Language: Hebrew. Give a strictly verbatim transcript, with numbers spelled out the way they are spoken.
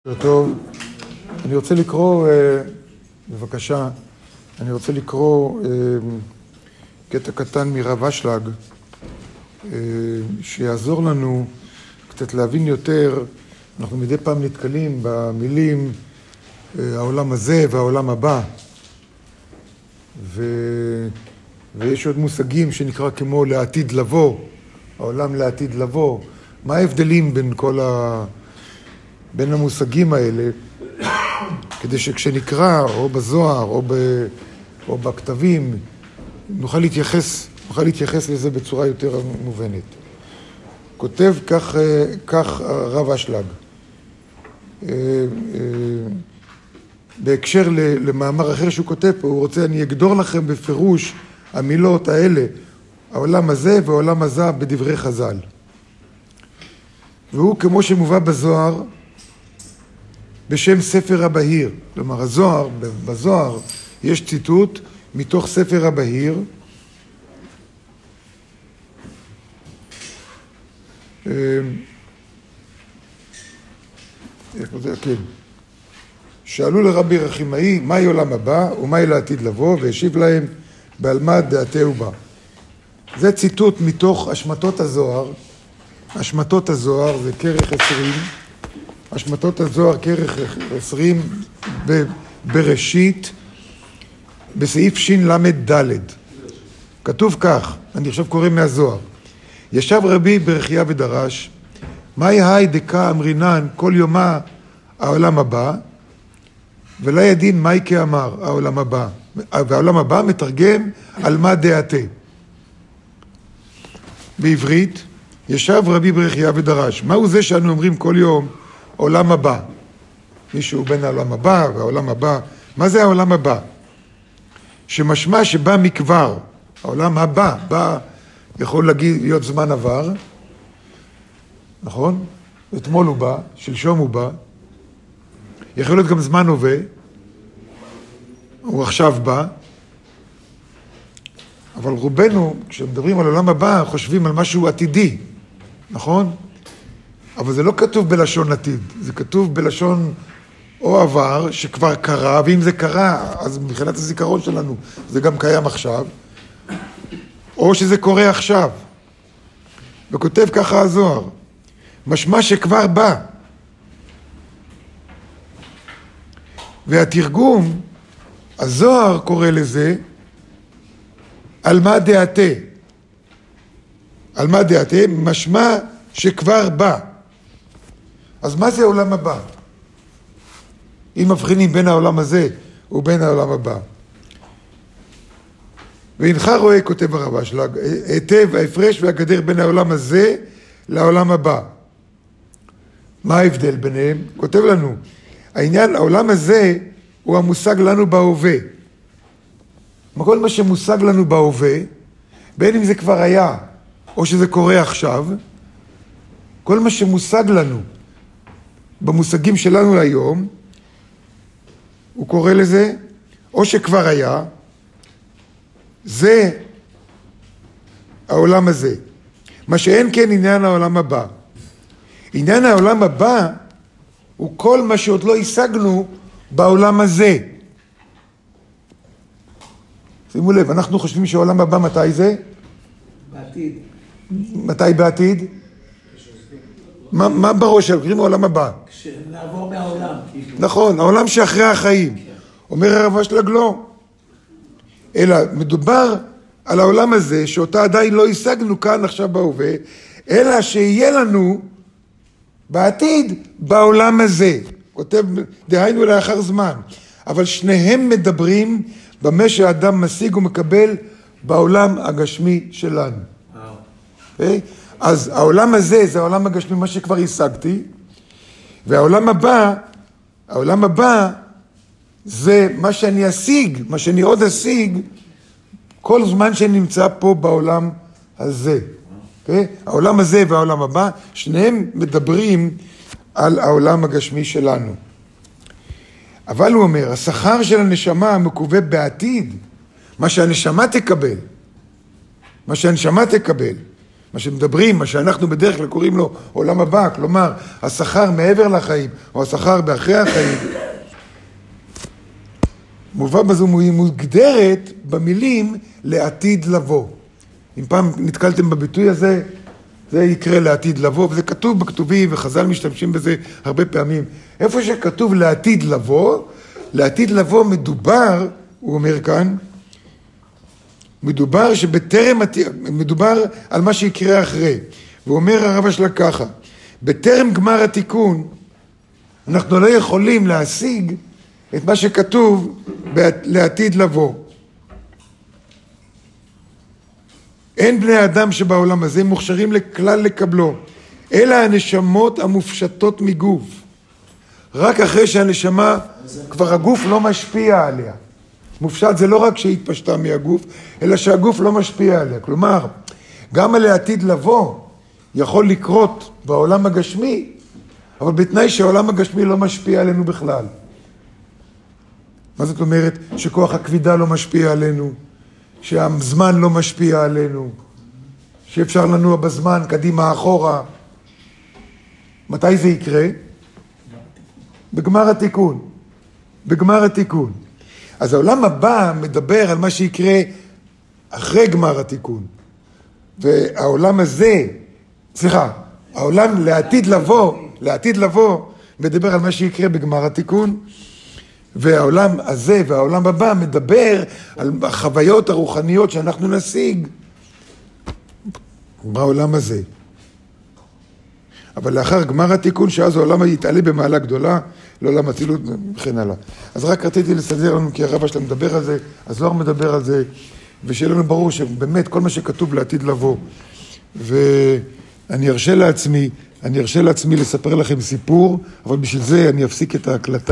טוב, אני רוצה לקרוא, בבקשה, אני רוצה לקרוא קטע קטן מרב אשלג, שיעזור לנו קצת להבין יותר. אנחנו מדי פעם נתקלים במילים העולם הזה והעולם הבא, ו... ויש עוד מושגים שנקרא כמו לעתיד לבוא, העולם לעתיד לבוא. מה ההבדלים בין כל ה... בין המושגים האלה, כדי שכשנקרא, או בזוהר, או, ב, או בכתבים, נוכל להתייחס, נוכל להתייחס לזה בצורה יותר מובנת. כותב כך, כך רב אשלג. בהקשר למאמר אחר שהוא כותב פה, הוא רוצה, אני אגדור לכם בפירוש המילות האלה, העולם הזה והעולם הזה בדברי חז"ל. והוא כמו שמובא בזוהר, בשם ספר הבהיר. כלומר, הזוהר, בזוהר יש ציטוט מתוך ספר הבהיר. איך זה? כן. שאלו לרבי רחימאי, מהי עולם הבא ומהי לעתיד לבוא, והשיב להם, בעל מה דעתהו בא. זה ציטוט מתוך השמטות הזוהר. השמטות הזוהר זה כרך עשרים. השמטות הזוהר כרך עשרים בראשית, בסעיף שין למד ד'. כתוב כך, אני עכשיו קורא מהזוהר. ישב רבי ברכיה ודרש, מהי היי דקה אמרינן כל יומה העולם הבא, ולא ידין מהי כאמר העולם הבא. והעולם הבא מתרגם על מה דעתה. בעברית, ישב רבי ברכיה ודרש. מהו זה שאנו אומרים כל יום עולם הבא? מישהו בין העולם הבא והעולם הבא. מה זה העולם הבא? שמשמע שבא מכבר. העולם הבא, בא, יכול להגיד, להיות זמן עבר. נכון? אתמול הוא בא, שלשום הוא בא. יכול להיות גם זמן הווה. הוא עכשיו בא. אבל רובנו, כשמדברים על עולם הבא, חושבים על משהו עתידי. נכון? אבל זה לא כתוב בלשון עתיד, זה כתוב בלשון או עבר שכבר קרה, ואם זה קרה, אז מבחינת הזיכרון שלנו זה גם קיים עכשיו, או שזה קורה עכשיו. וכותב ככה הזוהר, משמע שכבר בא. והתרגום, הזוהר קורא לזה, על מה דעתה. על מה דעתה, משמע שכבר בא. אז מה זה העולם הבא? אם מבחינים בין העולם הזה ובין העולם הבא. ואינך רואה, כותב הרב אשלג, היטב ההפרש והגדר בין העולם הזה לעולם הבא. מה ההבדל ביניהם? כותב לנו, העניין, העולם הזה הוא המושג לנו בהווה. כל מה שמושג לנו בהווה, בין אם זה כבר היה או שזה קורה עכשיו, כל מה שמושג לנו במושגים שלנו היום, הוא קורא לזה, או שכבר היה, זה העולם הזה. מה שאין כן עניין העולם הבא. עניין העולם הבא הוא כל מה שעוד לא השגנו בעולם הזה. שימו לב, אנחנו חושבים שהעולם הבא מתי זה? בעתיד. מתי בעתיד? מה, מה בראש שלנו? קוראים העולם הבא. כשנעבור מהעולם. נכון, העולם שאחרי החיים. אומר הרב אשלג לא. אלא מדובר על העולם הזה, שאותה עדיין לא השגנו כאן עכשיו בהווה, אלא שיהיה לנו בעתיד בעולם הזה. כותב, דהיינו לאחר זמן. אבל שניהם מדברים במה שהאדם משיג ומקבל בעולם הגשמי שלנו. אוקיי? אז העולם הזה זה העולם הגשמי, מה שכבר השגתי, והעולם הבא, העולם הבא זה מה שאני אשיג, מה שאני עוד אשיג, כל זמן שאני נמצא פה בעולם הזה. Okay? העולם הזה והעולם הבא, שניהם מדברים על העולם הגשמי שלנו. אבל הוא אומר, השכר של הנשמה מקווה בעתיד, מה שהנשמה תקבל, מה שהנשמה תקבל, מה שמדברים, מה שאנחנו בדרך כלל קוראים לו עולם הבא, כלומר, השכר מעבר לחיים, או השכר באחרי החיים, מובא בזו מוגדרת במילים לעתיד לבוא. אם פעם נתקלתם בביטוי הזה, זה יקרה לעתיד לבוא, וזה כתוב בכתובים, וחז"ל משתמשים בזה הרבה פעמים. איפה שכתוב לעתיד לבוא, לעתיד לבוא מדובר, הוא אומר כאן, מדובר שבטרם, מדובר על מה שיקרה אחרי. והוא אומר הרב השלג ככה, בטרם גמר התיקון, אנחנו לא יכולים להשיג את מה שכתוב לעתיד לבוא. אין בני אדם שבעולם הזה מוכשרים לכלל לקבלו, אלא הנשמות המופשטות מגוף. רק אחרי שהנשמה, כבר הגוף לא משפיע עליה. מופשט זה לא רק שהיא התפשטה מהגוף, אלא שהגוף לא משפיע עליה. כלומר, גם על העתיד לבוא יכול לקרות בעולם הגשמי, אבל בתנאי שהעולם הגשמי לא משפיע עלינו בכלל. מה זאת אומרת? שכוח הכבידה לא משפיע עלינו, שהזמן לא משפיע עלינו, שאפשר לנוע בזמן, קדימה, אחורה. מתי זה יקרה? בגמר התיקון. בגמר התיקון. אז העולם הבא מדבר על מה שיקרה אחרי גמר התיקון. והעולם הזה, סליחה, העולם לעתיד לבוא, לעתיד לבוא, מדבר על מה שיקרה בגמר התיקון. והעולם הזה והעולם הבא מדבר על החוויות הרוחניות שאנחנו נשיג בעולם הזה. אבל לאחר גמר התיקון, שאז העולם יתעלה במעלה גדולה, לעולם הצילות וכן הלאה. אז רק רציתי לסדר לנו, כי הרב שלנו מדבר על זה, אז לא מדבר על זה, ושיהיה לנו ברור שבאמת כל מה שכתוב לעתיד לבוא. ואני ארשה לעצמי, אני ארשה לעצמי לספר לכם סיפור, אבל בשביל זה אני אפסיק את ההקלטה.